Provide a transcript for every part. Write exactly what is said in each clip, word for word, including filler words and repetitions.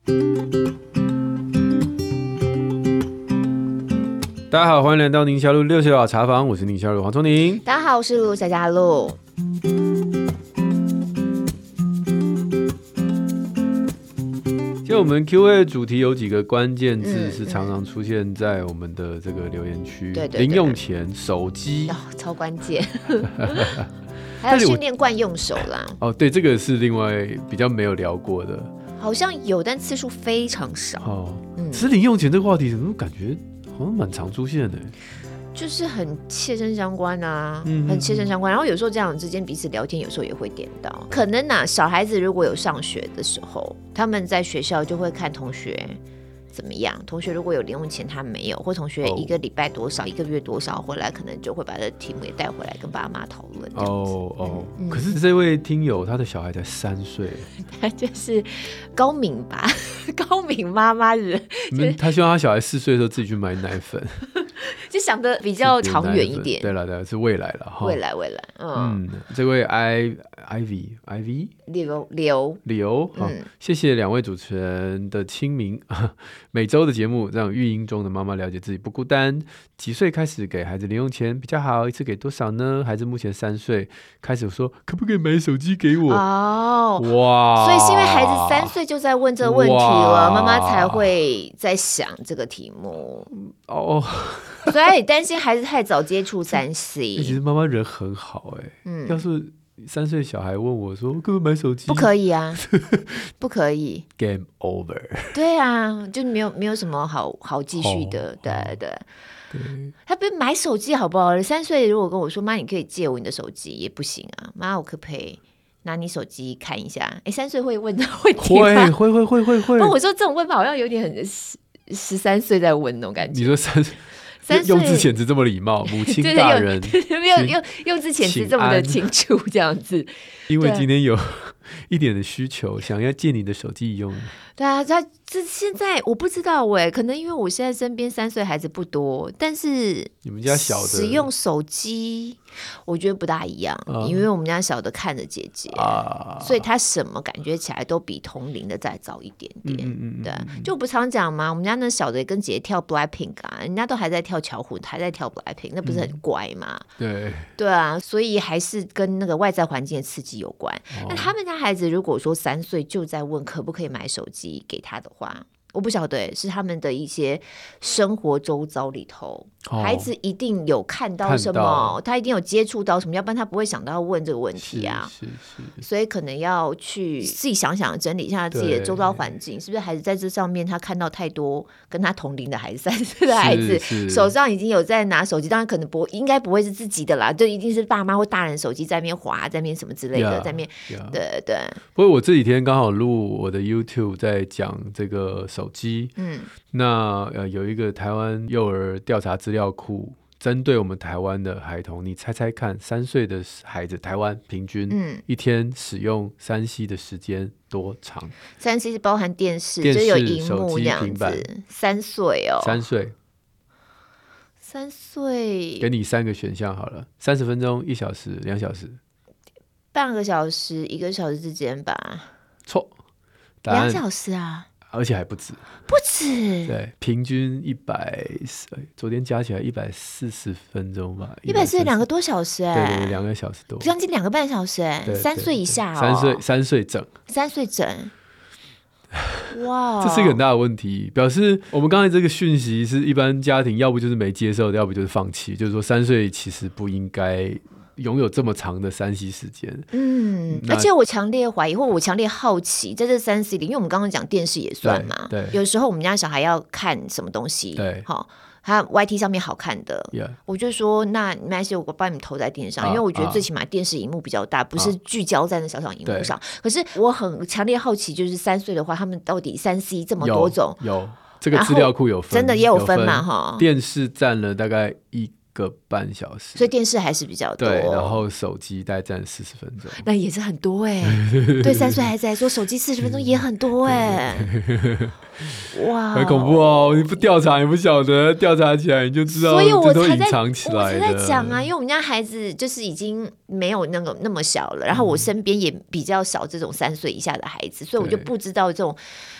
大家好，欢迎来到宁夏路六小茶房，我是宁夏路黄聪宁。 大家好，我是卢小佳露。 其实我们 Q A 的主题有几个关键字是常常出现在我们的这个留言区， 对对对， 零用钱、手机、 哦，超关键。还有训练惯用手啦。 哦，对，这个是另外比较没有聊过的， 好像有，但次数非常少。 哦， 嗯， 其实零用钱这个话题，怎么感觉好像蛮常出现的？ 就是很切身相关啊， 嗯、 很切身相关。然后有时候家长之间彼此聊天，有时候也会点到。可能啊，小孩子如果有上学的时候，他们在学校就会看同学怎么样。同学如果有零用钱，他没有，或同学一个礼拜多少， oh. 一个月多少回来，可能就会把这题目也带回来跟爸妈讨论。 哦哦，可是这位听友他的小孩才三岁， 他就是高敏吧，高敏妈妈人。 他希望他小孩四岁的时候自己去买奶粉。 就想的比较长远一点， 对了对了，是未来了， 未来未来， 嗯，嗯这位 I Ivy Ivy 刘刘刘，好、嗯，谢谢两位主持人的亲民，每周的节目让育婴中的妈妈了解自己不孤单。几岁开始给孩子零用钱比较好？一次给多少呢？孩子目前三岁，开始说可不可以买手机给我？ 哦， 哇， 所以是因为孩子三岁就在问这个问题了，妈妈才会在想这个题目。哦。所以你担心孩子太早接触三 C、 欸、其实妈妈人很好哎、欸，嗯，要是三岁小孩问我说可不可以买手机， 不可以啊，不可以 ，Game over。对啊，就没有没有什么好好继续的，对对对。他不买手机好不好？三岁如果跟我说妈，你可以借我你的手机也不行啊，妈，我可不可以拿你手机看一下？哎，三岁会问的问题吗？ 会会会会会。 不，我说这种问法好像有点很十三岁在问那种感觉。 你说三岁？用字遣词这么礼貌，母亲大人， 没有用用字遣词这么的清楚，这样子。 因为今天有一点的需求，想要借你的手机用。 对啊，他这现在我不知道哎，可能因为我现在身边三岁孩子不多，但是你们家小的使用手机，我觉得不大一样，啊、因为我们家小的看着姐姐，啊、所以他什么感觉起来都比同龄的再早一点点。嗯嗯嗯对，就我不常讲嘛，我们家那小的跟姐姐跳 Blackpink 啊，人家都还在跳巧虎，还在跳 Blackpink， 那不是很乖吗？ 嗯、对对啊，所以还是跟那个外在环境的刺激有关。哦、那他们家孩子如果说三岁就在问可不可以买手机给他的话，我不晓得是他们的一些生活周遭里头、哦、孩子一定有看到什么，他一定有接触到什么，要不然他不会想到要问这个问题啊。 是是是， 所以可能要去自己想想，整理一下自己的周遭环境，是不是孩子在这上面他看到太多跟他同龄的孩子，三岁的孩子手上已经有在拿手机，当然可能不应该不会是自己的啦，就一定是爸妈或大人手机在那边滑，在那边什么之类的， yeah, 在那边 yeah. 对对。 不过我这几天刚好录我的 YouTube 在讲这个手机，嗯，那呃有一个台湾幼儿调查资料库，针对我们台湾的孩童，你猜猜看，三岁的孩子台湾平均一天使用三 C 的时间多长？ 三 C 是包含电视， 电视、 就有荧幕手机、平板。 三岁哦， 三岁， 三岁， 给你三个选项好了，三十分钟、一小时、两小时， 半个小时、一个小时之间吧。 错， 两小时啊。 而且还不止， 不止， 对，平均一百，昨天加起来一百四十分钟吧， 一百四十两个多小时哎、欸， 对对，两个小时多， 将近两个半小时哎、欸，三岁以下哦， 三岁三岁整， 三岁整，哇， 这是一个很大的问题，表示我们刚才这个讯息是一般家庭要不就是没接受，要不就是放弃，就是说三岁其实不应该拥有这么长的三 C 时间，嗯， 而且我强烈怀疑，或我强烈好奇，在这三 C 里，因为我们刚刚讲电视也算嘛， 对， 有时候我们家小孩要看什么东西， 对， 好，他 Y T 上面好看的， yeah. 我就说那没关系，我帮你们投在电视上，啊、因为我觉得最起码电视荧幕比较大，啊、不是聚焦在那小小荧幕上。可是我很强烈好奇，就是三岁的话，他们到底三 C 这么多种， 有, 有这个资料库有分， 真的也有分嘛？哈， 电视占了大概一个半小时， 所以电视还是比较多。 对，然后手机大概占四十分钟， 那也是很多哎、欸。对三岁孩子来说，手机四十分钟也很多哎、欸。哇， 很恐怖哦！你不调查也不晓得，调查起来你就知道， 所以我才在隐藏起来的。 我才在讲啊，因为我们家孩子就是已经没有那个那么小了，然后我身边也比较少这种三岁以下的孩子，所以我就不知道这种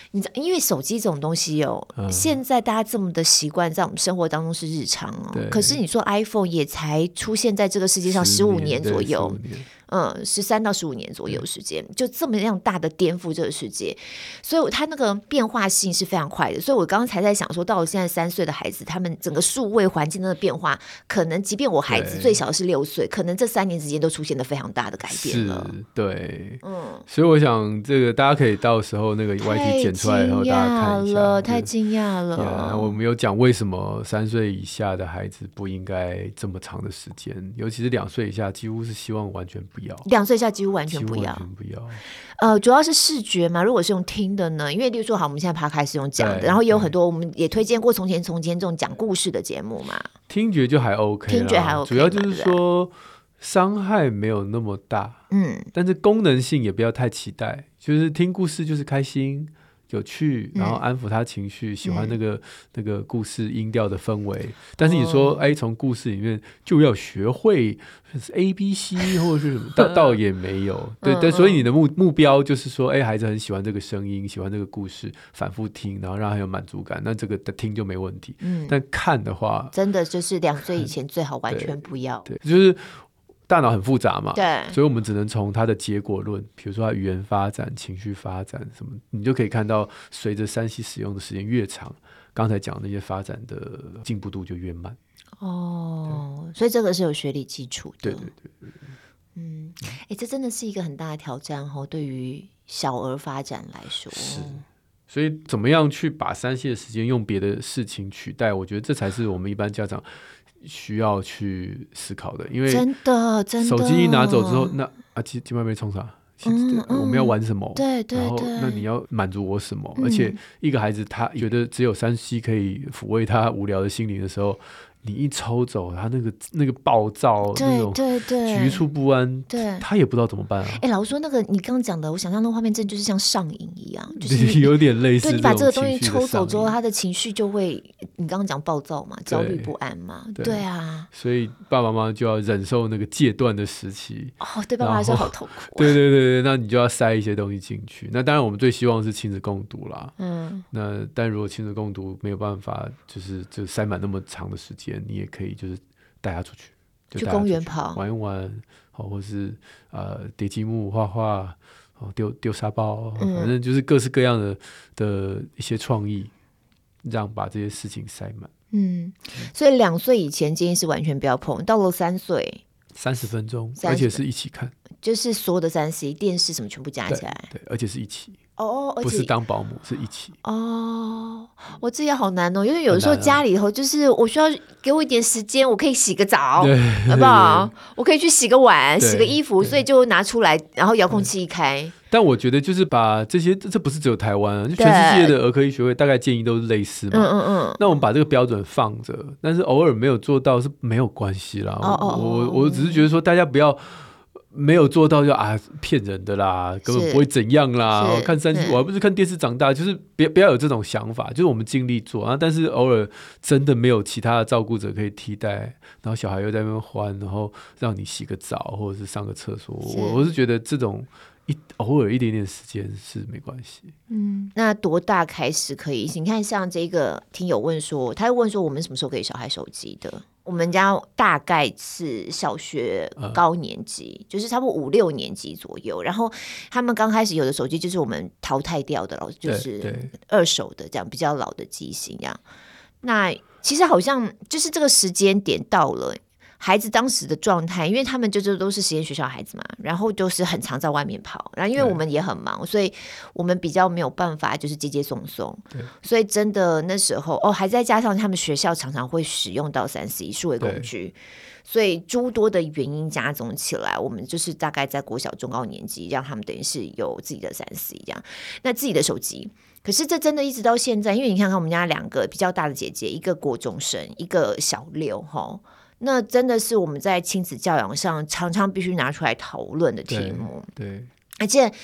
你知道，因为手机这种东西哦，嗯、现在大家这么的习惯，在我们生活当中是日常哦。可是你说 iPhone 也才出现在这个世界上十五年左右，嗯，十三到十五年左右时间，就这么样大的颠覆这个世界，所以它那个变化性是非常快的。所以我刚刚才在想说，到了现在三岁的孩子，他们整个数位环境的变化，可能即便我孩子最小是六岁，可能这三年之间都出现了非常大的改变了。 是，对，嗯，所以我想这个大家可以到时候那个 Y T 剪出来以后，大家看一下， 太惊讶了。 Yeah, 我们有讲为什么三岁以下的孩子不应该这么长的时间，尤其是两岁以下，几乎是希望完全不要。 两岁以下几乎完全不要， 完全不要。 呃，主要是视觉嘛。如果是用听的呢，因为例如说，好，我们现在 Podcast 是用讲的，然后也有很多我们也推荐过《从前从前》这种讲故事的节目嘛。 听觉就还 OK， 听觉还 OK， 主要就是说伤害没有那么大，嗯，但是功能性也不要太期待，就是听故事就是开心。有趣，然后安抚他情绪，嗯、喜欢那个、嗯、那个故事音调的氛围。但是你说，哎、哦，从故事里面就要学会 A B C 或者是什么，倒倒也没有。对，但所以你的目目标就是说，哎，孩子很喜欢这个声音，喜欢这个故事，反复听，然后让他有满足感，那这个听就没问题。嗯，但看的话， 真的就是两岁以前最好完全不要。 对，对就是。大脑很复杂嘛， 对， 所以我们只能从它的结果论，比如说它语言发展、情绪发展什么，你就可以看到，随着三 C 使用的时间越长，刚才讲的那些发展的进步度就越慢。 哦，所以这个是有学理基础的。 对对对对， 嗯，哎，这真的是一个很大的挑战哦，对于小儿发展来说。 是，所以怎么样去把三 C 的时间用别的事情取代？我觉得这才是我们一般家长需要去思考的，因为真的真的， 手机一拿走之后，那啊，今今晚没冲啥，嗯嗯、我们要玩什么？ 对对对， 然后那你要满足我什么？嗯、而且一个孩子他觉得只有三 C 可以抚慰他无聊的心灵的时候，你一抽走他那个那个暴躁， 对那种对对局促不安， 对， 他也不知道怎么办啊。 哎，老实说，那个你刚刚讲的，我想象那个画面真的就是像上瘾一样，就是有点类似。 对，你把这个东西抽走之后，他的情绪就会，你刚刚讲暴躁嘛，焦虑不安嘛，对, 对啊。 所以爸爸妈妈就要忍受那个戒断的时期。 哦，对爸爸来说好痛苦、啊。 对对对对，那你就要塞一些东西进去。那当然，我们最希望是亲子共读啦。嗯。那但如果亲子共读没有办法，就是就塞满那么长的时间，你也可以就是带他出去，就去公园跑玩一玩，或是呃叠积木、画画，丢丢沙包，嗯、反正就是各式各样的的一些创意，让把这些事情塞满。 嗯，所以两岁以前建议是完全不要碰，到了三岁， 三十分钟，而且是一起看， 就是所有的三 C 电视什么全部加起来， 对，对而且是一起。 哦， 不是当保姆，是一起。 哦，我这也好难哦，因为有的时候家里头就是我需要给我一点时间，我可以洗个澡，好不好？我可以去洗个碗、洗个衣服，所以就拿出来，然后遥控器一开。 但我觉得就是把这些，这不是只有台湾啊，就全世界的儿科医学会大概建议都是类似嘛。嗯嗯嗯。那我们把这个标准放着，但是偶尔没有做到是没有关系啦。哦哦我我只是觉得说，大家不要。没有做到就啊骗人的啦，根本不会怎样啦。看三 C， 我还不是看电视长大，就是别不要有这种想法，就是我们尽力做啊。但是偶尔真的没有其他的照顾者可以替代，然后小孩又在那边欢，然后让你洗个澡或者是上个厕所，我我是觉得这种一偶尔一点点时间是没关系。 嗯，那多大开始可以？你看像这个听友问说，他问说我们什么时候给小孩手机的？我们家大概是小学高年级、嗯、就是差不多五六年级左右，然后他们刚开始有的手机就是我们淘汰掉的了，就是二手的这样比较老的机型这样。那其实好像就是这个时间点到了，孩子当时的状态，因为他们就是都是实验学校孩子嘛，然后就是很常在外面跑，然后因为我们也很忙，所以我们比较没有办法就是接接送送，所以真的那时候哦，还再加上他们学校常常会使用到三 C 数位工具，所以诸多的原因加总起来，我们就是大概在国小中高年级让他们等于是有自己的三 C 这样，那自己的手机。可是这真的一直到现在，因为你看看我们家两个比较大的姐姐，一个国中生，一个小六齁。那真的是我们在亲子教养上常常必须拿出来讨论的题目。 对，对而且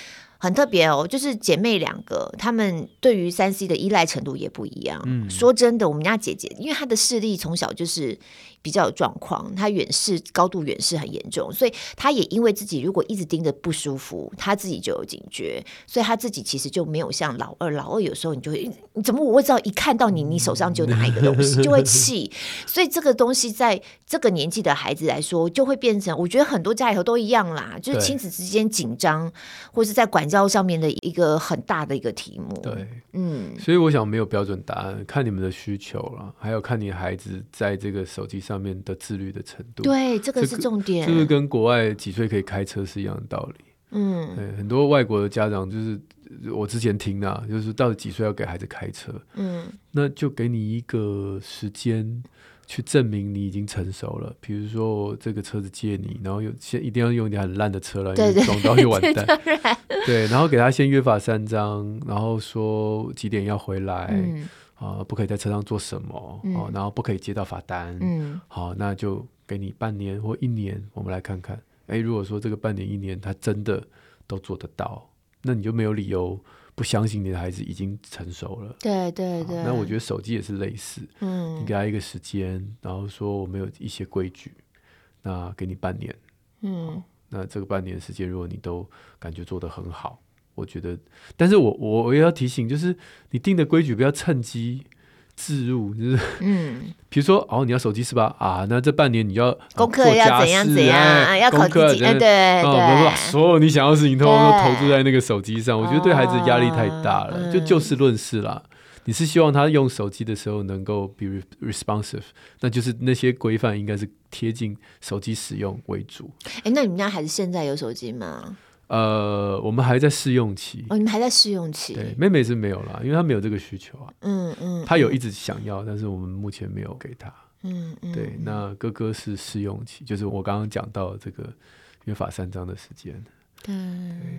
很特别哦，就是姐妹两个，她们对于三 C 的依赖程度也不一样。嗯，说真的，我们家姐姐，因为她的视力从小就是比较有状况，她远视高度远视很严重，所以她也因为自己如果一直盯着不舒服，她自己就有警觉，所以她自己其实就没有像老二，老二有时候你就会，你怎么我会知道一看到你，你手上就拿一个东西，就会气，所以这个东西在这个年纪的孩子来说，就会变成，我觉得很多家里头都一样啦，就是亲子之间紧张，或是在管教上面的一个很大的一个题目。 对，嗯，所以我想没有标准答案，看你们的需求啦，还有看你孩子在这个手机上面的自律的程度。 对，这个是重点， 就是跟国外几岁可以开车是一样的道理。嗯，对，很多外国的家长就是我之前听啊，就是到底几岁要给孩子开车，嗯，那就给你一个时间去证明你已经成熟了。比如说我这个车子借你，然后有先一定要用一点很烂的车了， 对对， 撞到就完蛋。对，然后给他先约法三章，然后说几点要回来，嗯呃、不可以在车上做什么，嗯哦、然后不可以接到罚单，嗯，好，那就给你半年或一年，我们来看看。哎，如果说这个半年一年他真的都做得到，那你就没有理由不相信你的孩子已经成熟了。 对对对。 那我觉得手机也是类似，嗯，你给他一个时间，然后说我们有一些规矩，那给你半年，嗯，那这个半年时间如果你都感觉做得很好，我觉得，但是我我我也要提醒，就是你定的规矩不要趁机置入，就是嗯，比如说哦，你要手机是吧？啊，那这半年你要功课要怎样怎样，哎、要考第几？哎，对对， 哦、比如说所有你想要的事情，通通都投注在那个手机上，我觉得对孩子压力太大了。哦、就就事论事啦，你是希望他用手机的时候能够 be responsive， 那就是那些规范应该是贴近手机使用为主。 哎，那你们家孩子现在有手机吗？ 呃，我们还在试用期。 哦，你们还在试用期？ 对，妹妹是没有啦，因为她没有这个需求啊。嗯嗯，她有一直想要，但是我们目前没有给她。嗯嗯，对，那哥哥是试用期，就是我刚刚讲到这个约法三章的时间。对。对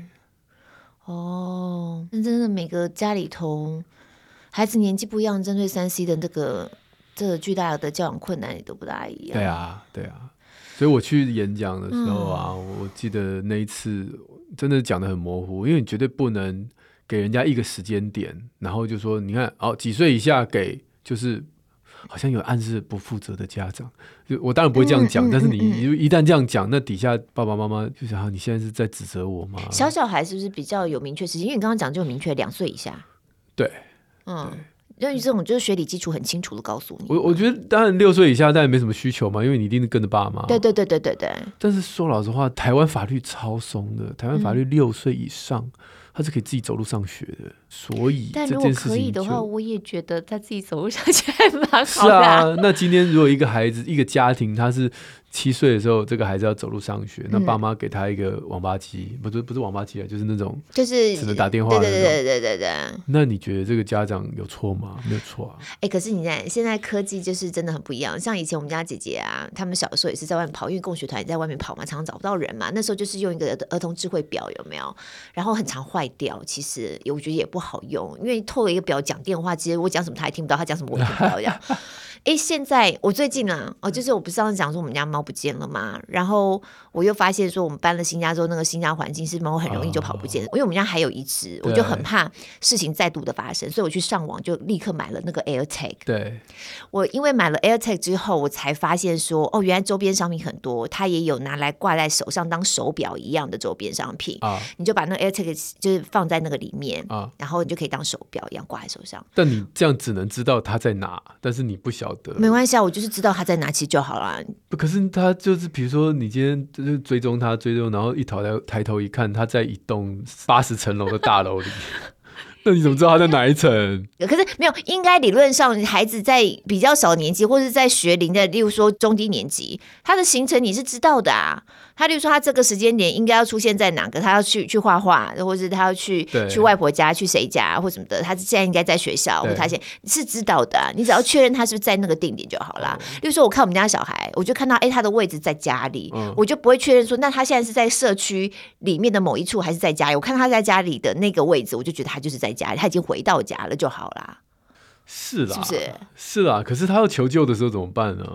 哦，那真的每个家里头孩子年纪不一样，针对三 C 的这个这个巨大的教养困难也都不大一样。 对啊，对啊。所以我去演讲的时候啊、嗯，我记得那一次真的讲得很模糊，因为你绝对不能给人家一个时间点，然后就说你看哦几岁以下给，就是好像有暗示不负责的家长。就我当然不会这样讲、嗯嗯嗯嗯，但是你一旦这样讲，那底下爸爸妈妈就想、啊、你现在是在指责我吗？ 小小孩是不是比较有明确时间？因为你刚刚讲就很明确，两岁以下。 对， 嗯。对，因为这种就是学理基础很清楚的告诉你， 我我觉得当然六岁以下当然没什么需求嘛，因为你一定是跟着爸妈。 对对对对对对。 但是说老实话，台湾法律超松的，台湾法律六岁以上、嗯、他是可以自己走路上学的，所以但如果可以的话，我也觉得他自己走路上学还蛮好的、 啊。是啊，那今天如果一个孩子一个家庭他是七岁的时候，这个孩子要走路上学，那爸妈给他一个网吧机，不是不是网吧机啊，就是那种就是只能打电话的那种。对对对对对对。那你觉得这个家长有错吗？没有错啊。 哎、欸，可是你看现在科技就是真的很不一样，像以前我们家姐姐啊，他们小的时候也是在外面跑，因为共学团也在外面跑嘛，常常找不到人嘛。那时候就是用一个儿童智慧表，有没有？然后很常坏掉，其实我觉得也不好用，因为透过一个表讲电话，其实我讲什么他也听不到，他讲什么我也听不到这样。哎、欸，现在我最近啊，哦，就是我不是上次讲说我们家猫不见了嘛，然后我又发现说我们搬了新家之后，那个新家环境是猫很容易就跑不见了、哦、因为我们家还有一只，我就很怕事情再度的发生，所以我去上网就立刻买了那个 AirTag。 对， 我因为买了 AirTag 之后，我才发现说哦，原来周边商品很多，它也有拿来挂在手上当手表一样的周边商品啊，你就把那个 AirTag 就是放在那个里面啊，然后你就可以当手表一样挂在手上。 但你这样只能知道它在哪，但是你不晓得。 没关系啊，我就是知道它在哪其实就好了。 不，可是它就是比如说你今天就是追踪它追踪，然后一抬抬头一看，它在一栋八十层楼的大楼里。那你怎么知道他在哪一层？ 可是没有，应该理论上孩子在比较小年纪或是在学龄的，例如说中低年级，他的行程你是知道的啊。他例如说他这个时间点应该要出现在哪个，他要去去画画，或是他要去去外婆家、去谁家或什么的，他现在应该在学校，或他现在是知道的、啊。你只要确认他是不是在那个定点就好啦。嗯、例如说我看我们家小孩，我就看到哎他的位置在家里、嗯，我就不会确认说那他现在是在社区里面的某一处还是在家里。我看他在家里的那个位置，我就觉得他就是在家里，他已经回到家了就好啦。 是啦， 是不是？ 是啦，可是他要求救的时候怎么办呢？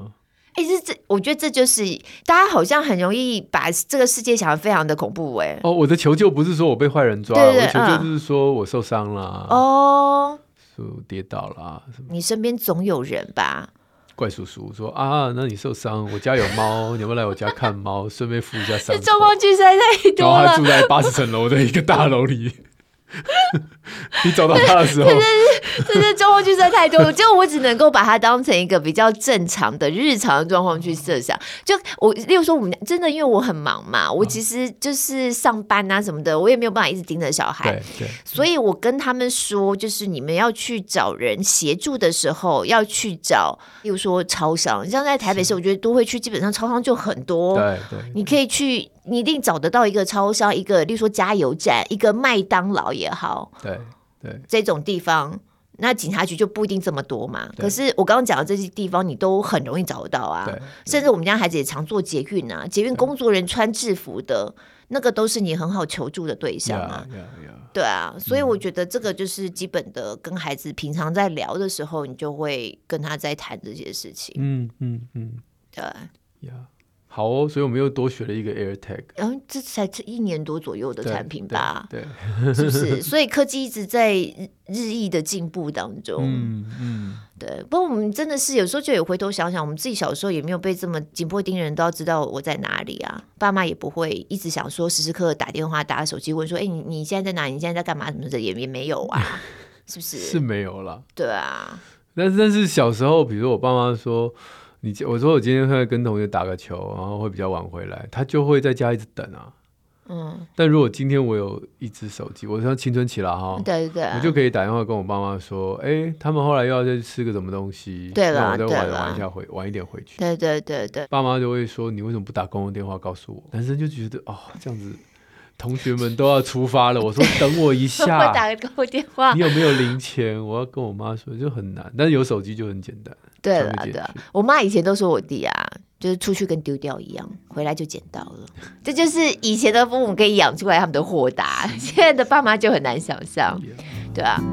哎、欸，这我觉得这就是大家好像很容易把这个世界想得非常的恐怖哎、欸。 哦，我的求救不是说我被坏人抓， 对对对， 我的求救就是说我受伤了， 哦， 说跌倒了， 你身边总有人吧？ 怪叔叔说啊，那你受伤，我家有猫，你要不要来我家看猫，顺便付一下伤口。 这状况实在太多了。 然后他住在八十层楼的一个大楼里。你找到他的时候， 这这状况实在太多了，就我只能够把它当成一个比较正常的日常的状况去设想。就我，例如说，我们真的因为我很忙嘛，我其实就是上班啊什么的，我也没有办法一直盯着小孩， 对对， 所以我跟他们说，就是你们要去找人协助的时候，要去找，例如说超商，像在台北市，我觉得都会去，基本上超商就很多， 对对， 你可以去。你一定找得到一个超商，一个例如说加油站，一个麦当劳也好， 对对， 这种地方，那警察局就不一定这么多嘛。可是我刚刚讲的这些地方，你都很容易找得到啊。甚至我们家孩子也常做捷运啊，捷运工作人员穿制服的那个都是你很好求助的对象啊。Yeah, yeah, yeah. 对啊，所以我觉得这个就是基本的，跟孩子平常在聊的时候，你就会跟他在谈这些事情。 嗯嗯嗯， 对。 Yeah.好哦，所以我们又多学了一个 AirTag， 然后这才一年多左右的产品吧， 对，对对是不是？所以科技一直在日益的进步当中， 嗯嗯， 对。不过我们真的是有时候就有回头想想，我们自己小时候也没有被这么紧迫盯人，都要知道我在哪里啊。爸妈也不会一直想说时时刻刻打电话、打手机问说，哎，你你现在在哪里？你现在在干嘛？什么的也也没有啊，是不是？ 是没有啦， 对啊。 但是但是小时候，比如说我爸妈说。你我说我今天会跟同学打个球，然后会比较晚回来，他就会在家一直等啊。嗯，但如果今天我有一只手机，我像青春期了哈， 对对， 我就可以打电话跟我爸妈说，哎、欸，他们后来又要再去吃个什么东西， 对了， 那我再晚玩一下回晚一点回去。 对对对对， 爸妈就会说你为什么不打公共电话告诉我？男生就觉得哦这样子。同学们都要出发了，我说等我一下， 我打个公共电话， 你有没有零钱？我要跟我妈说，就很难，但是有手机就很简单。 对了对了，我妈以前都说我弟啊，就是出去跟丢掉一样，回来就捡到了。这就是以前的父母可以养出来他们的豁达，现在的爸妈就很难想象，对啊。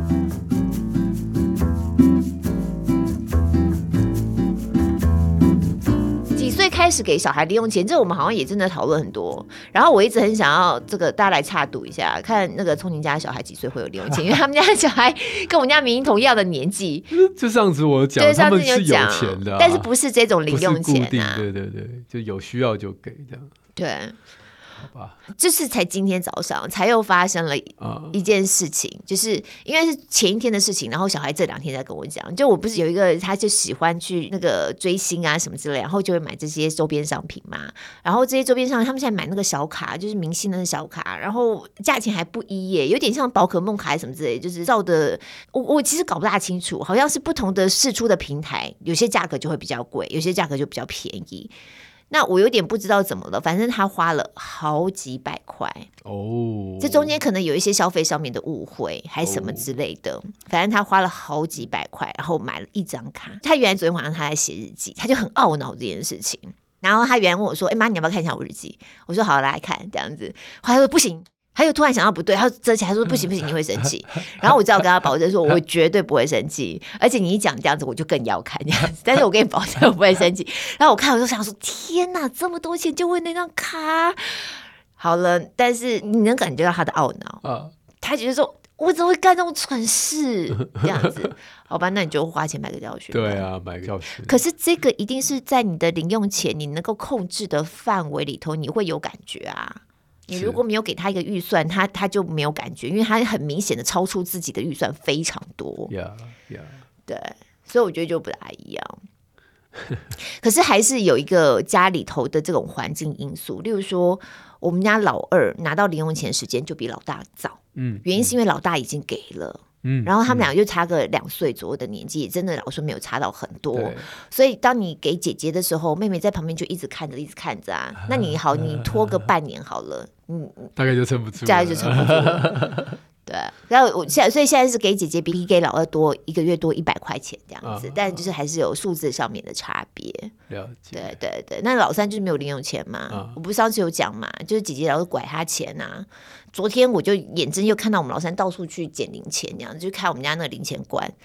几岁开始给小孩零用钱？这我们好像也真的讨论很多。然后我一直很想要这个大家来插赌一下，看那个聪宁家的小孩几岁会有零用钱，因为他们家的小孩跟我们家明明同样的年纪。 就上次我讲，他们是有钱的、啊， 但是不是这种零用钱啊？ 对对对，就有需要就给这样。 对。 好吧， 就是才今天早上才又发生了一件事情，嗯、就是因为是前一天的事情，然后小孩这两天在跟我讲，就我不是有一个他就喜欢去那个追星啊什么之类，然后就会买这些周边商品嘛，然后这些周边商品他们现在买那个小卡，就是明星的小卡，然后价钱还不一耶，有点像宝可梦卡什么之类，就是照的我我其实搞不大清楚，好像是不同的释出的平台，有些价格就会比较贵，有些价格就比较便宜。那我有点不知道怎么了，反正他花了好几百块哦，这中间可能有一些消费上面的误会，还什么之类的。哦、反正他花了好几百块，然后买了一张卡。他原来昨天晚上他在写日记，他就很懊恼这件事情。然后他原来问我说：“哎、欸、妈，你要不要看一下我日记？”我说：“好，来看。”这样子，后来他说：“不行。”他又突然想到不对，他遮起来，他说不行不行，你会生气。然后我只好跟他保证说，我绝对不会生气，而且你一讲这样子，我就更要看这样子。但是我跟你保证，我不会生气。然后我看，我就想说，天哪，这么多钱就为那张卡？好了，但是你能感觉到他的懊恼，呃、他觉得说，我怎么会干这种蠢事？这样子，好吧，那你就花钱买个教训。 对啊，买个教训。 可是这个一定是在你的零用钱你能够控制的范围里头，你会有感觉啊。你如果没有给他一个预算，他他就没有感觉，因为他很明显的超出自己的预算非常多。 Yeah, yeah. 对，所以我觉得就不大一样。可是还是有一个家里头的这种环境因素，例如说，我们家老二拿到零用钱时间就比老大早，嗯，原因是因为老大已经给了。嗯，然后他们俩就差个两岁左右的年纪，真的老说没有差到很多，所以当你给姐姐的时候，妹妹在旁边就一直看着，一直看着啊。那你好，你拖个半年好了，嗯， 大概就撑不住了， 大概就撑不住了。对，然后我现在，所以现在是给姐姐比给老二多一个月多一百块钱这样子，啊、但就是还是有数字上面的差别。 了解。 对对对，那老三就是没有零用钱嘛，啊、我不是上次有讲嘛，就是姐姐老是拐他钱啊。昨天我就眼睁又看到我们老三到处去捡零钱，这样就看我们家那个零钱罐，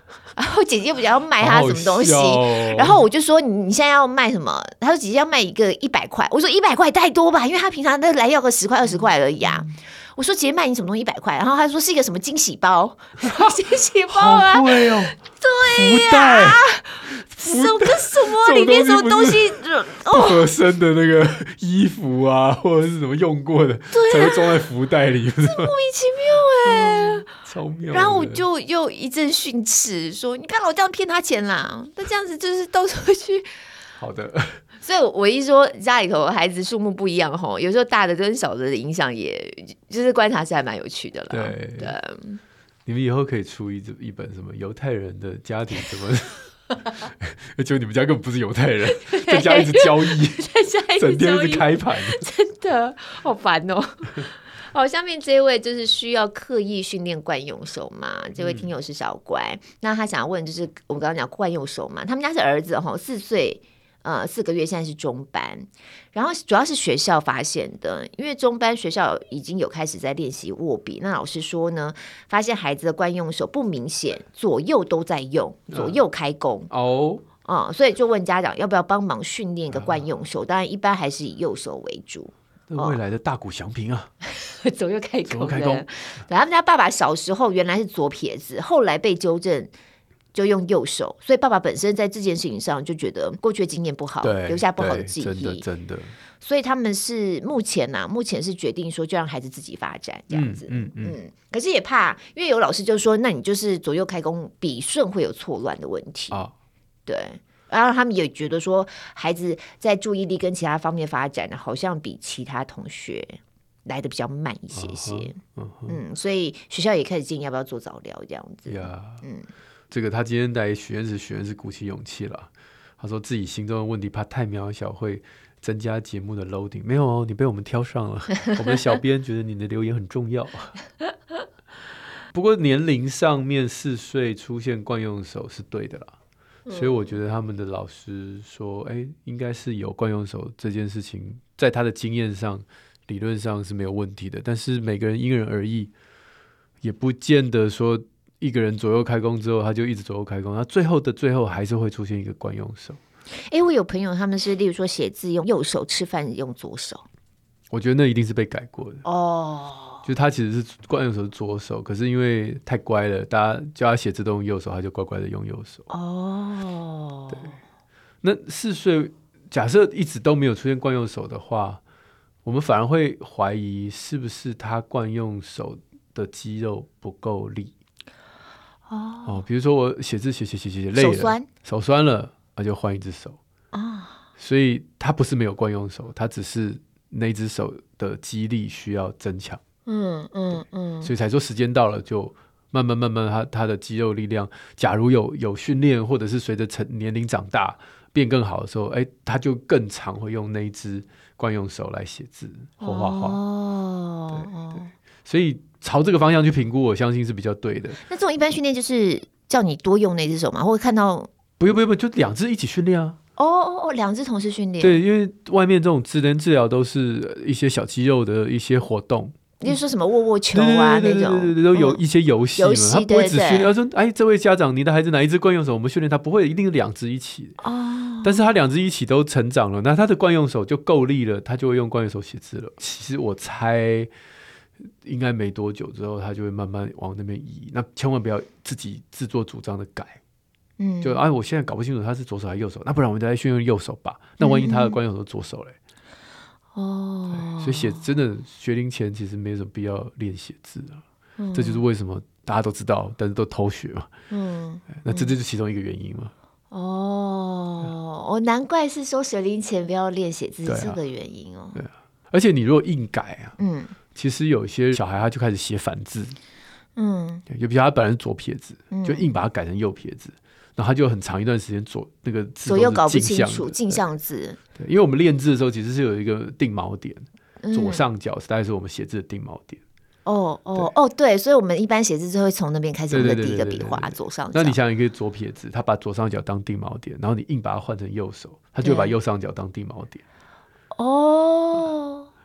然后姐姐不知道要卖他什么东西， 哦、 然后我就说你你现在要卖什么？他说姐姐要卖一个一百块，我说一百块太多吧，因为他平常来要个十块二十块而已啊。嗯、我说姐姐卖你什么东西一百块？然后他说是一个什么惊喜包，惊喜包啊， 好贵哦， 对呀、啊，什么什么里面什么东西不合身的那个衣服啊，或者是什么用过的，才会装在福袋里， 这莫名其妙哎、欸。 超妙， 然后我就又一阵训斥，说你不要老这样骗他钱啦，那这样子就是到时候去。 好的， 所以我一说家里头孩子数目不一样吼，有时候大的跟小的的影响，也就是观察是还蛮有趣的啦。 对对， 你们以后可以出一一本什么犹太人的家庭怎么，就你们家根本不是犹太人，在家一直交易，整天一直开盘， 真的好烦哦。好，下面这位就是需要刻意训练惯用手嘛？这位听友是小乖，嗯、那他想要问就是我们刚刚讲惯用手嘛，他们家是儿子哈，四岁呃四个月，现在是中班，然后主要是学校发现的，因为中班学校已经有开始在练习握笔，那老师说呢，发现孩子的惯用手不明显，左右都在用，左右开弓、 嗯、哦。 嗯，所以就问家长要不要帮忙训练一个惯用手，当然一般还是以右手为主。 未来的大谷翔平啊， 左右开弓， 开弓。 对，他们家爸爸小时候原来是左撇子，后来被纠正就用右手，所以爸爸本身在这件事情上就觉得过去的经验不好，留下不好的记忆。 真的真的。 所以他们是目前呐、啊，目前是决定说就让孩子自己发展这样子。嗯 嗯, 嗯, 嗯可是也怕，因为有老师就说，那你就是左右开弓，笔顺会有错乱的问题啊。对。然后他们也觉得说，孩子在注意力跟其他方面发展，好像比其他同学来的比较慢一些些。Uh-huh, uh-huh. 嗯，所以学校也开始建议要不要做早疗这样子。 Yeah, 嗯，这个他今天来许愿时，许愿是鼓起勇气了。他说自己心中的问题怕太渺小，会增加节目的 loading。没有哦，你被我们挑上了。我们的小编觉得你的留言很重要。不过年龄上面四岁出现惯用手是对的啦。所以我觉得他们的老师说，哎，应该是有惯用手这件事情，在他的经验上、理论上是没有问题的。但是每个人因人而异，也不见得说一个人左右开弓之后，他就一直左右开弓，他最后的最后还是会出现一个惯用手。 哎，我有朋友他们是，例如说写字用右手，吃饭用左手。 我觉得那一定是被改过的哦。 就他其实是惯用手是左手，可是因为太乖了，大家叫他写字都用右手，他就乖乖的用右手。 哦， 对。那四岁假设一直都没有出现惯用手的话，我们反而会怀疑是不是他惯用手的肌肉不够力。 哦, 哦，比如说我写字写写写写累了， 手酸， 手酸了，那就换一只手。 哦， 所以他不是没有惯用手，他只是那只手的肌力需要增强。 嗯嗯嗯， 所以才说时间到了，就慢慢慢慢他他的肌肉力量，假如有有训练，或者是随着成年龄长大变更好的时候，哎，他就更常会用那一只惯用手来写字或画画。 哦， 对对，所以朝这个方向去评估，我相信是比较对的。 那这种一般训练就是叫你多用那只手吗？或者看到不用不用不用，就两只一起训练啊。 哦哦哦，两只同时训练。 对，因为外面这种职能治疗都是一些小肌肉的一些活动。 你就说什么握握球啊那种， 对对对，都有一些游戏嘛， 游戏他不会只训练。 对对他说：“哎，这位家长，你的孩子哪一只惯用手？我们训练他不会一定是两只一起哦， 但是他两只一起都成长了，那他的惯用手就够力了，他就会用惯用手写字了。其实我猜，应该没多久之后，他就会慢慢往那边移。那千万不要自己自作主张的改。”嗯，就哎，我现在搞不清楚他是左手还是右手，那不然我们再训练右手吧。那万一他的惯用手是左手嘞？ 哦， 所以写真的学龄前其实没什么必要练写字啊、嗯，这就是为什么大家都知道，但是都偷学嘛。嗯，那这就是其中一个原因嘛。 哦，我、哦、难怪是说学龄前不要练写字、啊、这个原因哦。 对啊，而且你如果硬改啊， 嗯， 其实有些小孩他就开始写反字， 嗯， 就比如他本来是左撇子，嗯、就硬把它改成右撇子。然后他就很长一段时间左那个字左右搞不清楚，镜像字。 对，因为我们练字的时候其实是有一个定锚点，嗯、左上角大概是我们写字的定锚点。 哦哦哦，对，所以我们一般写字就会从那边开始，我们的第一个笔画左上角。 那你想一个左撇子，他把左上角当定锚点，然后你硬把它换成右手，他就会把右上角当定锚点。 哦，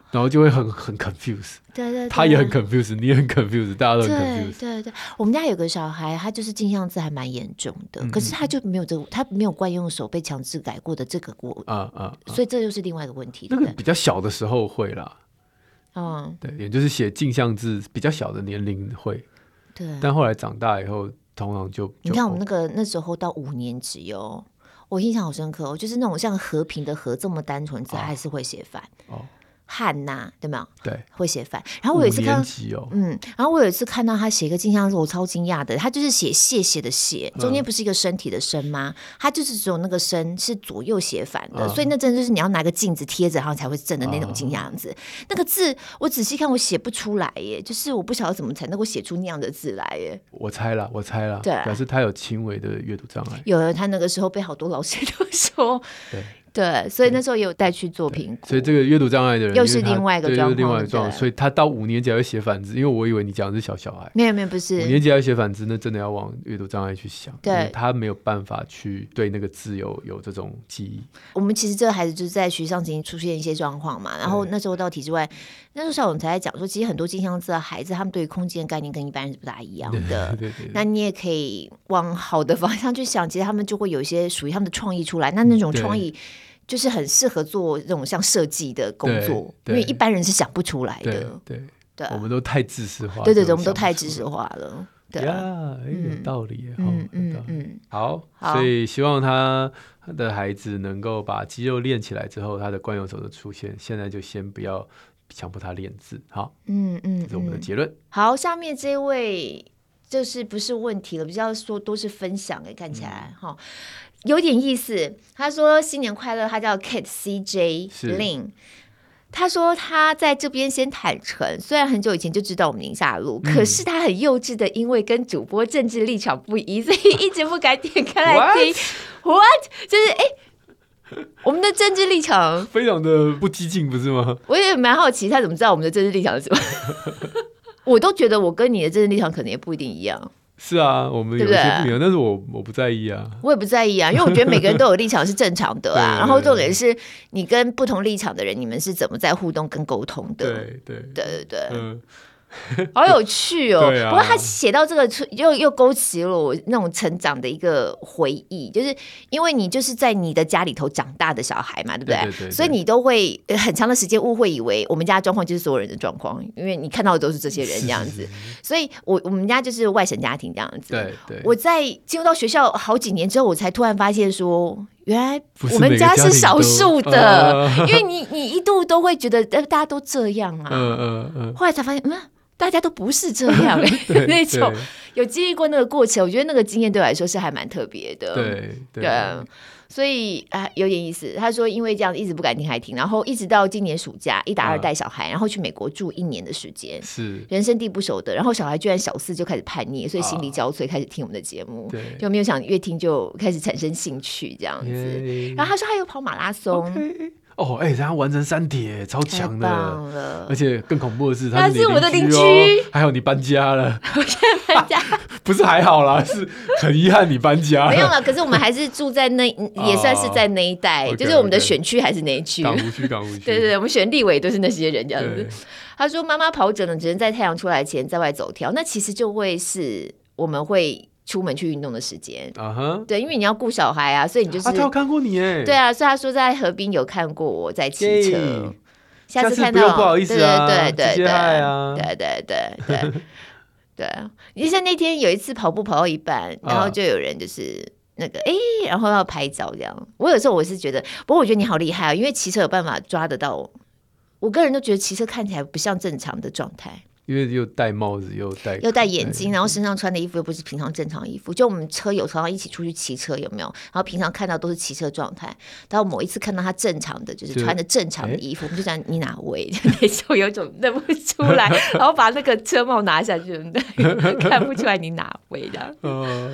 然后就会很很 confused。 对对对， 他也很 confused， 你也很 confused， 大家都很 confused。 对对对，我们家有个小孩，他就是镜像字还蛮严重的，嗯、可是他就没有这个，他没有惯用手被强制改过的这个过啊啊，所以这就是另外一个问题。 那个比较小的时候会啦， 嗯， 对，也就是写镜像字比较小的年龄会， 对， 但后来长大以后，通常就你看我们那个那时候到五年级哦，我印象好深刻哦，就是那种像和平的和这么单纯字，还是会写反哦。汉呐，对没有？ 对， 会写反。然后我有一次看， 哦、 嗯，然后我有一次看到他写一个镜像字，我超惊讶的。他就是写谢谢的谢，中间不是一个身体的身吗？他就是只有那个身是左右写反的，嗯、所以那真的就是你要拿个镜子贴着，然后才会正的那种镜像字。嗯、那个字我仔细看，我写不出来耶，就是我不晓得怎么才能够写出那样的字来耶。 我猜了，我猜了， 对， 表示他有轻微的阅读障碍。 有了，他那个时候被好多老师都说。 对。 对，所以那时候也有带去做评估， 所以这个阅读障碍的人又是另外一个状况， 另外一个状况，所以他到五年级还会写反字，因为我以为你讲的是小小孩， 没有没有不是， 五年级还会写反字，那真的要往阅读障碍去想， 对， 他没有办法去对那个字有有这种记忆。 我们其实这个孩子就是在学校曾经出现一些状况嘛，然后那时候到体制外，那时候校长才在讲说，其实很多镜像字的孩子，他们对于空间概念跟一般人是不大一样的， 对对对对， 那你也可以往好的方向去想，其实他们就会有一些属于他们的创意出来，那那种创意。就是很适合做这种像设计的工作，因为一般人是想不出来的。 对 对, 对，我们都太知识化。 对对对，我们都太知识化了。对呀，哎，有道理。 嗯嗯嗯， 好，所以希望他的孩子能够把肌肉练起来之后，他的惯用手的出现，现在就先不要强迫他练字。好，嗯嗯，这是我们的结论。 好，下面这位就是不是问题了，比较说都是分享哎，看起来哈。有点意思，他说新年快乐，他叫 Kate C J Lin， 他说他在这边先坦诚，虽然很久以前就知道我们宁夏路、嗯、可是他很幼稚的，因为跟主播政治立场不一，所以一直不敢点开来听。What？ 就是哎，我们的政治立场非常的不激进，不是吗？ 我也蛮好奇，他怎么知道我们的政治立场是什么？我都觉得我跟你的政治立场可能也不一定一样。 是啊，我们有些不一样，但是我我不在意啊， 我也不在意啊，因为我觉得每个人都有立场是正常的啊。然后重点是你跟不同立场的人，你们是怎么在互动跟沟通的？ 对对对对对， 嗯， 好有趣哦。 啊、 不过他写到这个，又又勾起了我那种成长的一个回忆，就是因为你就是在你的家里头长大的小孩嘛，对不 对, 对, 对, 对, 对？ 所以你都会很长的时间误会以为我们家的状况就是所有人的状况，因为你看到的都是这些人这样子。所以我我们家就是外省家庭这样子。 对对。 我在进入到学校好几年之后，我才突然发现说，原来我们家是少数的，呃、因为你你一度都会觉得大家都这样啊，嗯嗯嗯。后来才发现，嗯。大家都不是这样、欸、那种有经历过那个过程，我觉得那个经验对我来说是还蛮特别的。 对 对, 对，所以啊有点意思。他说因为这样一直不敢听还听，然后一直到今年暑假一打二带小孩、啊，然后去美国住一年的时间，是人生地不熟的，然后小孩居然小四就开始叛逆，所以心力交瘁，开始听我们的节目，对，就没有想越听就开始产生兴趣这样子。Yeah. 然后他说他有跑马拉松。 Okay.哦，哎、欸，他完成三铁，超强的，而且更恐怖的是， 他是我的邻居， 还有你搬家了， 我现在搬家， 不是还好啦，是很遗憾你搬家了， 没有了。可是我们还是住在那，也算是在那一带， oh, 就是我们的选区还是那一区， 港务区，港务区， 对对对，我们选立委都是那些人这样子。他说，妈妈跑者呢，只能在太阳出来前在外走跳，那其实就会是我们会。出门去运动的时间， uh-huh. 对，因为你要顾小孩啊，所以你就是。 啊，他有看过你哎。 对啊，所以他说在河滨有看过我在骑车， yeah. 下次看到， 下次不用不好意思啊， 对对对对， 啊、 对对对对对。你像那天有一次跑步跑到一半，然后就有人就是那个哎、欸，然后要拍照这样。我有时候我是觉得，不过我觉得你好厉害啊，因为骑车有办法抓得到。我个人都觉得骑车看起来不像正常的状态。 因为又戴帽子又戴又戴眼镜，然后身上穿的衣服又不是平常正常衣服，就我们车友常常一起出去骑车，有没有？然后平常看到都是骑车状态，然后某一次看到他正常的，就是穿着正常的衣服，我们就讲你哪位？那时候有一种认不出来，然后把那个车帽拿下去，看不出来你哪位这样。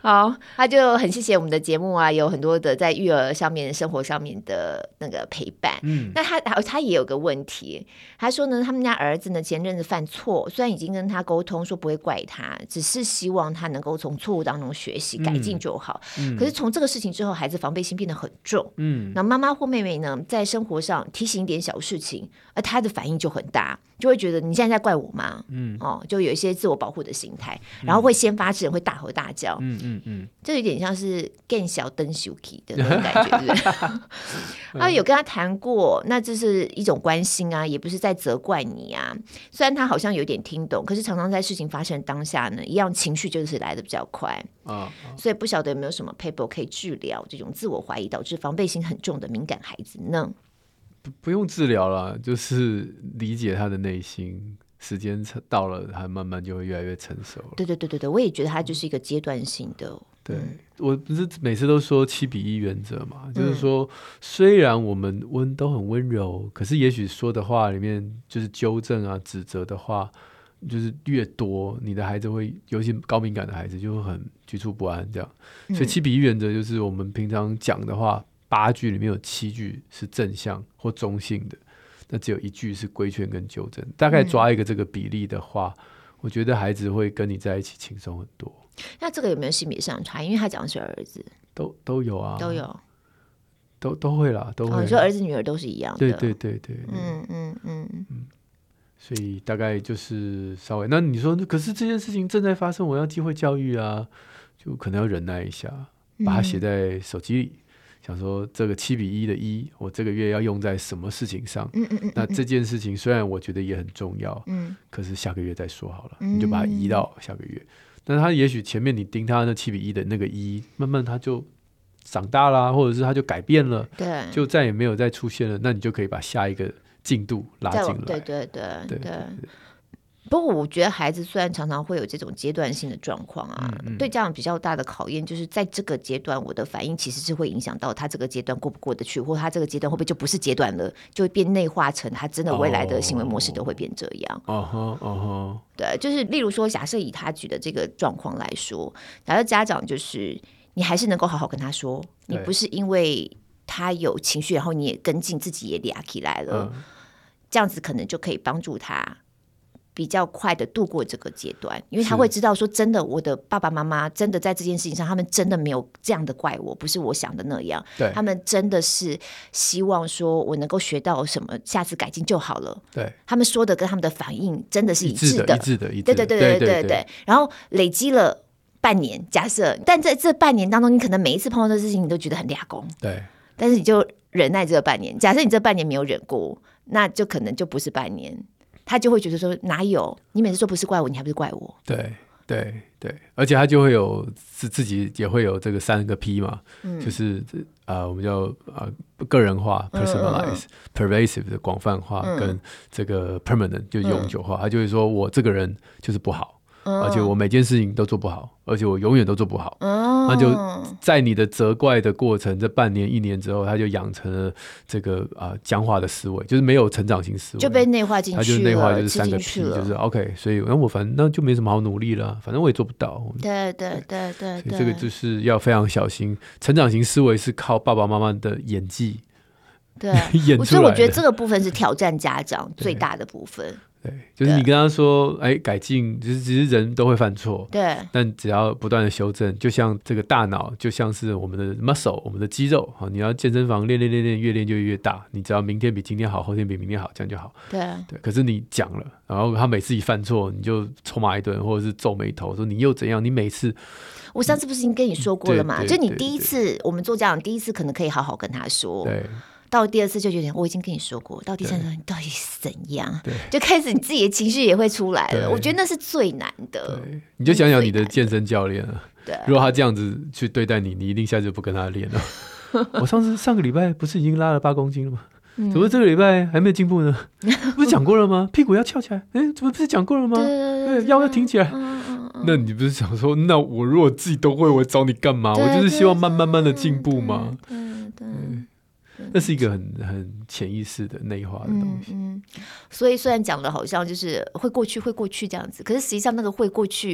好，他就很谢谢我们的节目啊，有很多的在育儿上面、生活上面的那个陪伴。嗯，那他他也有个问题，他说呢，他们家儿子呢前阵子犯错，虽然已经跟他沟通说不会怪他，只是希望他能够从错误当中学习、改进就好。嗯，可是从这个事情之后，孩子防备心变得很重。嗯，那妈妈或妹妹呢，在生活上提醒一点小事情，而他的反应就很大，就会觉得你现在在怪我吗？嗯，哦，就有一些自我保护的心态，然后会先发制人，会大吼大叫。嗯嗯嗯，这有点像是更小灯羞气的那种感觉，对不对？他有跟他谈过，那这是一种关心啊，也不是在责怪你啊。虽然他好像有点听懂，可是常常在事情发生当下呢，一样情绪就是来的比较快啊，所以不晓得有没有什么 paper 可以治疗这种自我怀疑导致防备心很重的敏感孩子呢？ 不, 不用治疗了，就是理解他的内心。时间到了，他慢慢就会越来越成熟了。 对对对对对，我也觉得他就是一个阶段性的。 对、嗯、我不是每次都说七比一原则嘛，嗯、就是说虽然我们温都很温柔，可是也许说的话里面就是纠正啊、指责的话，就是越多，你的孩子会，尤其高敏感的孩子就会很局促不安这样。所以七比一原则就是我们平常讲的话，八句里面有七句是正向或中性的。那只有一句是规劝跟纠正，大概抓一个这个比例的话、嗯、我觉得孩子会跟你在一起轻松很多。 那这个有没有性别上的差异？因为他讲的是儿子。 都都有啊， 都有， 都都会啦，都会、哦。 你说儿子女儿都是一样的。 对对对 对, 对， 嗯嗯嗯嗯。 所以大概就是稍微，那你说可是这件事情正在发生，我要机会教育啊，就可能要忍耐一下，把它写在手机里。嗯，想说这个七比一的一，我这个月要用在什么事情上？嗯嗯嗯，那这件事情虽然我觉得也很重要，嗯，可是下个月再说好了，嗯、你就把它移到下个月。但他也许前面你盯他那七比一的那个一，慢慢他就长大啦，或者是他就改变了，对，就再也没有再出现了。那你就可以把下一个进度拉进来。 对对对对 对, 对, 对。不过我觉得孩子虽然常常会有这种阶段性的状况啊、嗯嗯、对家长比较大的考验就是在这个阶段我的反应其实是会影响到他这个阶段过不过得去，或他这个阶段会不会就不是阶段了，就会变内化成他真的未来的行为模式都会变这样。哦哦哦，对，就是例如说假设以他举的这个状况来说，假设家长就是你还是能够好好跟他说，你不是因为他有情绪然后你也跟进自己也俩起来了、嗯、这样子可能就可以帮助他比较快的度过这个阶段，因为他会知道说真的我的爸爸妈妈真的在这件事情上他们真的没有这样的怪我，不是我想的那样，对，他们真的是希望说我能够学到什么下次改进就好了，对，他们说的跟他们的反应真的是一致的， 一致的，一致的， 对对对对对 对, 对, 对。然后累积了半年，假设但在这半年当中你可能每一次碰到这事情你都觉得很俩公，对，但是你就忍耐这半年，假设你这半年没有忍过，那就可能就不是半年，他就会觉得说哪有，你每次说不是怪我你还不是怪我，对对对，而且他就会有自自己也会有这个三个 P 嘛、嗯、就是呃我们叫呃个人化 personalize、嗯嗯、pervasive 的广泛化、嗯、跟这个 permanent 就永久化、嗯、他就会说我这个人就是不好、嗯、而且我每件事情都做不好，而且我永远都做不好、嗯、那就在你的责怪的过程这半年一年之后，他就养成了这个、呃、僵化的思维，就是没有成长型思维， 就被内化进去了， 他就内化就是三个 P， 就是 OK， 所以那我反正那就没什么好努力了，反正我也做不到， 对对对对对， 所以这个就是要非常小心，成长型思维是靠爸爸妈妈的演技对演出来的， 所以我觉得这个部分是挑战家长最大的部分， 对，就是你跟他说哎，改进，只是只是人都会犯错，对，但只要不断的修正，就像这个大脑就像是我们的 muscle 我们的肌肉，你要健身房练练练练，越练就越大，你只要明天比今天好，后天比明天好，这样就好，对对。可是你讲了，然后他每次一犯错你就臭骂一顿，或者是皱眉头说你又怎样，你每次， 我上次不是已经跟你说过了吗？就你第一次我们做家长第一次可能可以好好跟他说，对，到第二次就觉得我已经跟你说过，到第三次你到底是怎样，就开始你自己的情绪也会出来了，我觉得那是最难的。 你就想想你的健身教练啊，如果他这样子去对待你，你一定下次就不跟他练了。我上次上个礼拜不是已经拉了八公斤了吗？嗯、怎么这个礼拜还没有进步呢？不是讲过了吗？屁股要翘起来，哎，怎么不是讲过了吗？对，腰要挺起来。嗯嗯嗯，那你不是想说，那我如果自己都会，我找你干嘛？我就是希望慢慢慢的进步嘛。对 对, 对，那是一个很很潜意识的内化的东西。嗯嗯， 所以虽然讲的好像就是会过去会过去这样子，可是实际上那个会过去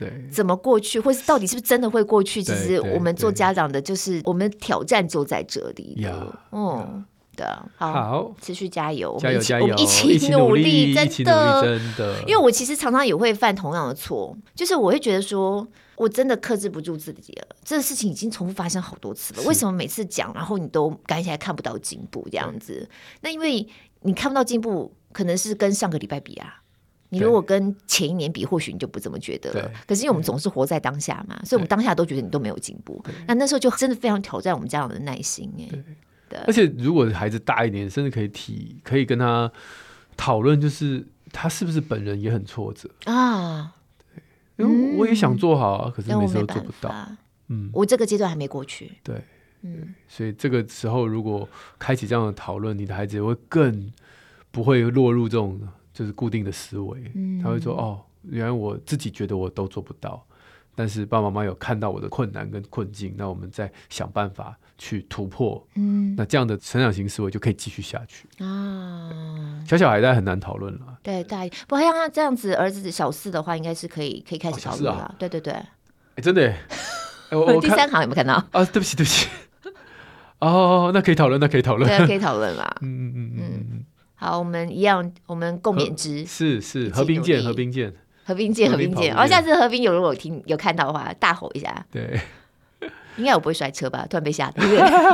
对， 怎么过去，或是到底是不是真的会过去？其实我们做家长的，就是我们挑战就在这里了。嗯，对啊，好， 好， 持续加油， 加油加油， 我们一起努力， 真的，真的。 因为我其实常常也会犯同样的错，就是我会觉得说，我真的克制不住自己了。这个事情已经重复发生好多次了，为什么每次讲，然后你都赶起来看不到进步这样子？那因为你看不到进步，可能是跟上个礼拜比啊。你如果跟前一年比，或许你就不这么觉得了。可是因为我们总是活在当下嘛，所以我们当下都觉得你都没有进步。那那时候就真的非常挑战我们家长的耐心哎。 对，而且如果孩子大一点，甚至可以提，可以跟他讨论，就是他是不是本人也很挫折啊？对，因为我也想做好啊，可是每次都做不到。 嗯，我这个阶段还没过去。 对，嗯，所以这个时候如果开启这样的讨论，你的孩子也会更不会落入这种。就是固定的思维，他会说：“哦，原来我自己觉得我都做不到，但是爸爸妈妈有看到我的困难跟困境，那我们再想办法去突破。嗯，那这样的成长型思维就可以继续下去啊。小小孩大家很难讨论了， 对，大不像他这样子，儿子小四的话，应该是可以可以开始讨论了。哦啊、对对对， 欸、真的耶，欸、我第三行有没有看到啊？对不起对不起，哦，那可以讨论，那可以讨论， 对，可以讨论啦。嗯嗯嗯嗯嗯。好，我们一样，我们共勉之。 是是，和平见，和平见， 和平见，和平见。哦，下次和平有如果听有看到的话，大吼一下。 对， 应该我不会摔车吧？突然被吓到。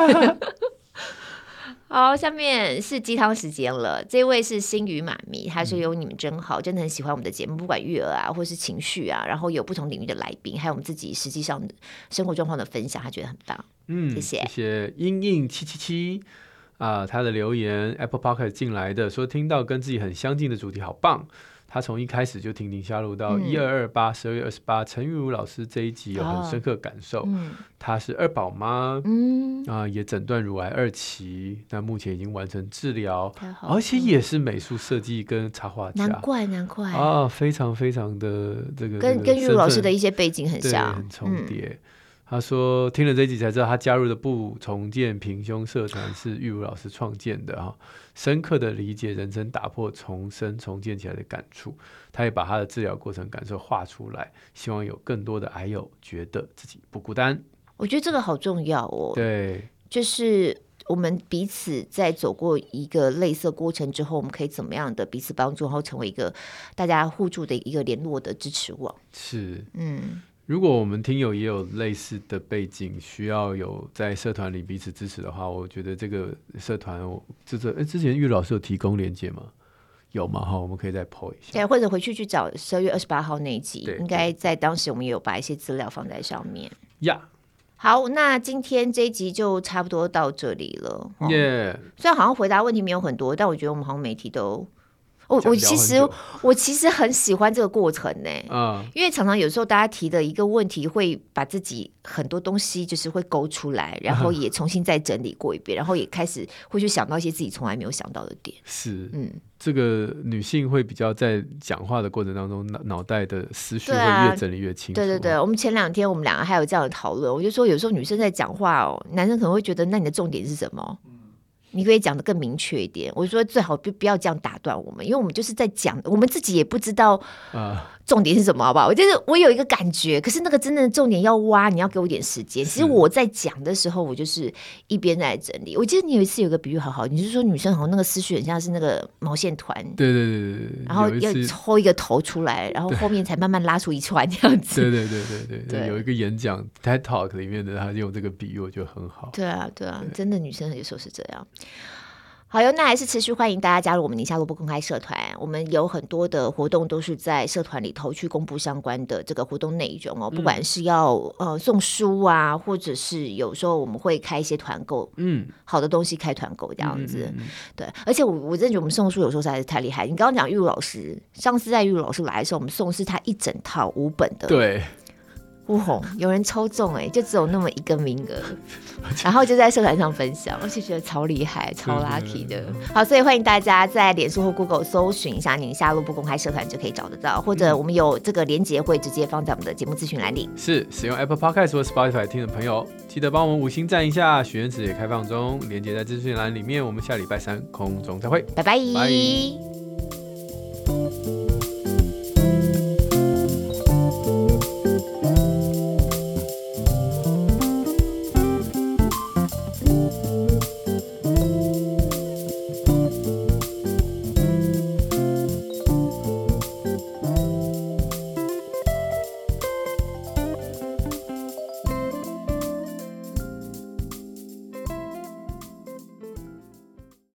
好，下面是鸡汤时间了。这位是星宇妈咪，他说有你们真好，真的很喜欢我们的节目，不管育儿啊，或是情绪啊，然后有不同领域的来宾，还有我们自己实际上生活状况的分享，他觉得很棒。嗯，谢谢。 谢谢英英七七七。啊，他的留言 Apple Podcast 进来的说听到跟自己很相近的主题，好棒！他从一开始就听林夏露到一二二八十二月二十八，陈玉如老师这一集有很深刻感受。哦嗯、他是二宝妈，嗯啊，也诊断乳癌二期，那目前已经完成治疗，而且也是美术设计跟插画家。 难怪难怪啊，非常非常的这个跟跟玉如老师的一些背景很像， 很重叠。嗯他说听了这一集才知道他加入的不重建平胸社团是玉如老师创建的哈，深刻的理解人生打破重生重建起来的感触，他也把他的治疗过程感受画出来，希望有更多的癌友觉得自己不孤单。 我觉得这个好重要哦， 对， 就是我们彼此在走过一个类似过程之后，我们可以怎么样的彼此帮助，然后成为一个大家互助的一个联络的支持网。 是，嗯。如果我们听友也有类似的背景，需要有在社团里彼此支持的话，我觉得这个社团，这这之前玉老师有提供连结吗？有吗？哈，我们可以再 po 一下， 对，或者回去去找十二月二十八号那一集，应该在当时我们也有把一些资料放在上面。 呀、yeah ， 好，那今天这一集就差不多到这里了。 耶、 yeah ，虽然好像回答问题没有很多，但我觉得我们好像媒体都。我我其实我其实很喜欢这个过程呢、嗯，因为常常有时候大家提的一个问题，会把自己很多东西就是会勾出来，然后也重新再整理过一遍，然后也开始会去想到一些自己从来没有想到的点。 是，嗯，这个女性会比较在讲话的过程当中，脑脑袋的思绪会越整理越清楚。 对、啊、对对对，我们前两天我们两个还有这样的讨论，我就说有时候女生在讲话哦，男生可能会觉得那你的重点是什么？你可以讲得更明确一点。我说最好不要这样打断我们，因为我们就是在讲，我们自己也不知道重点是什么，好不好？我就是我有一个感觉，可是那个真的重点要挖，你要给我一点时间。其实我在讲的时候，我就是一边在整理。我记得你有一次有个比喻好好，你是说女生好像那个思绪很像是那个毛线团， 对对对对， 然后要抽一个头出来，然后后面才慢慢拉出一串这样子。 对对对对 对, 对，有一个演讲 TED Talk 里面的，他用这个比喻，我觉得很好。 对啊对啊，真的女生有时候是这样。好哟，那还是持续欢迎大家加入我们宁夏萝卜公开社团。我们有很多的活动都是在社团里头去公布相关的这个活动内容哦，不管是要呃送书啊，或者是有时候我们会开一些团购，嗯，好的东西开团购这样子，嗯嗯嗯对。而且我我真的觉得我们送书有时候实在是太厉害。你刚刚讲玉如老师，上次在玉如老师来的时候，我们送是他一整套五本的， 对。 乌红有人抽中哎、欸，就只有那么一个名额，然后就在社团上分享，我就觉得超厉害、超 lucky 的。好，所以欢迎大家在脸书或 Google 搜寻一下宁夏路不公开社团就可以找得到，或者我们有这个连结会直接放在我们的节目资讯栏里。 是使用 Apple Podcast 或 Spotify 听的朋友，记得帮我们五星赞一下，许愿池也开放中，连结在资讯栏里面。我们下礼拜三空中再会， 拜拜。